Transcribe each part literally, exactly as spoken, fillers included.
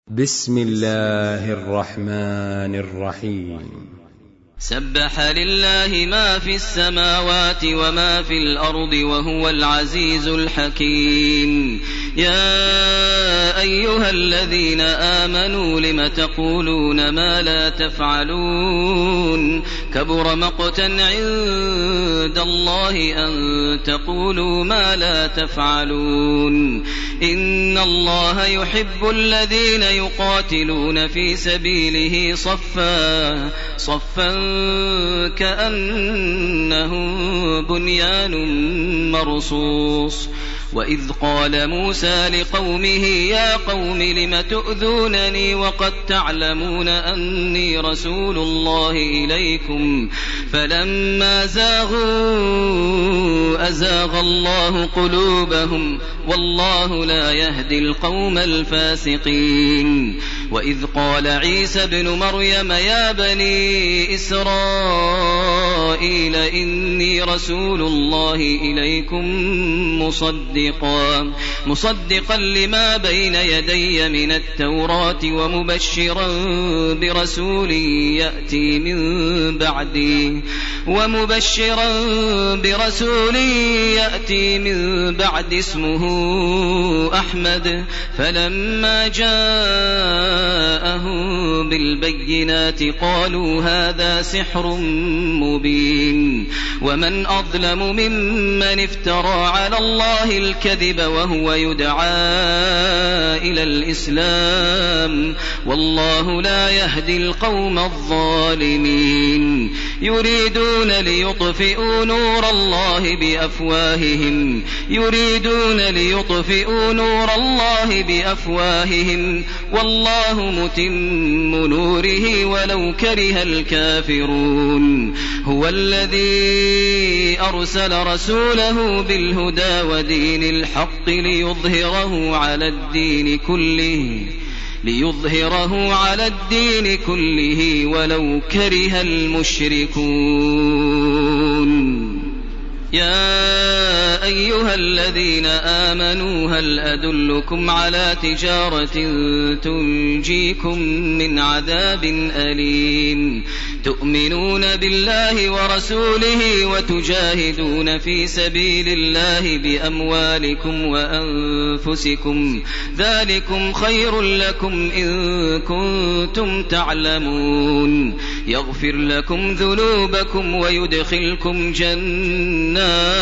بسم الله الرحمن الرحيم. سبح لله ما في السماوات وما في الأرض وهو العزيز الحكيم. يا أيها الذين آمنوا لم تقولون ما لا تفعلون كبر مقتا عند الله أن تقولوا ما لا تفعلون. إن الله يحب الذين يقاتلون في سبيله صفا صفا كأنه بنيان مرصوص. وإذ قال موسى لقومه يا قوم لم تؤذونني وقد تعلمون أني رسول الله إليكم فلما زاغوا أزاغ الله قلوبهم والله لا يهدي القوم الفاسقين. وإذ قال عيسى ابن مريم يا بني إسرائيل إني رسول الله إليكم مصدقا مصدقا لما بين يدي من التوراة ومبشرا برسول يأتي من بعدي ومبشرا برسول يأتي من بعد اسمه أحمد. فلما جاءهم بالبينات قالوا هذا سحر مبين. ومن أظلم ممن افترى على الله الكذب وهو يدعى إلى الإسلام والله لا يهدي القوم الظالمين. يريدون ليطفئوا نور الله بأفواههم يريدون ليطفئوا نور الله بأفواههم والله متم نوره ولو كره الكافرون. هو الذي أرسل رسوله بالهدى ودين الحق ليظهره على الدين كله ليظهره على الدين كله ولو كره المشركون. يا أيها الذين آمنوا هل أدلكم على تجارة تنجيكم من عذاب أليم تؤمنون بالله ورسوله وتجاهدون في سبيل الله بأموالكم وأنفسكم ذلكم خير لكم إن كنتم تعلمون. يغفر لكم ذنوبكم ويدخلكم جنات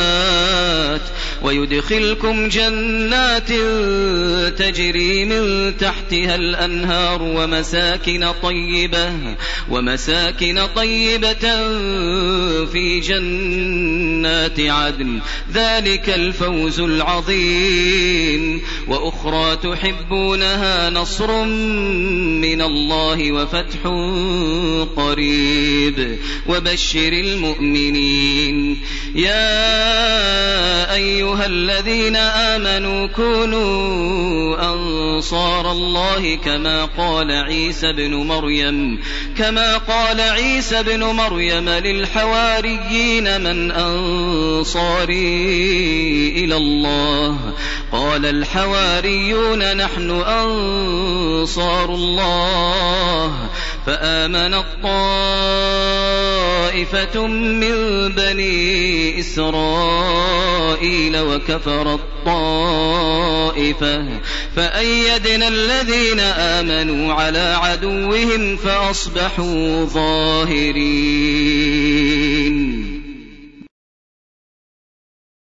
ويدخلكم جنات تجري من تحتها الأنهار ومساكن طيبة ومساكن طيبة في جنات عدن ذلك الفوز العظيم. وأخرى تحبونها نصر من الله وفتح قريب وبشر المؤمنين. يا أيها الذين آمنوا كونوا أنصار الله كما قال عيسى بن مريم كما قال عيسى بن مريم للحواريين من أنصاري إلى الله قال الحواريون نحن أنصار الله. فآمنت طائفة من بني إسرائيل وكفرت طائفة فأيدنا الذين آمنوا على عدوهم فأصبحوا ظاهرين.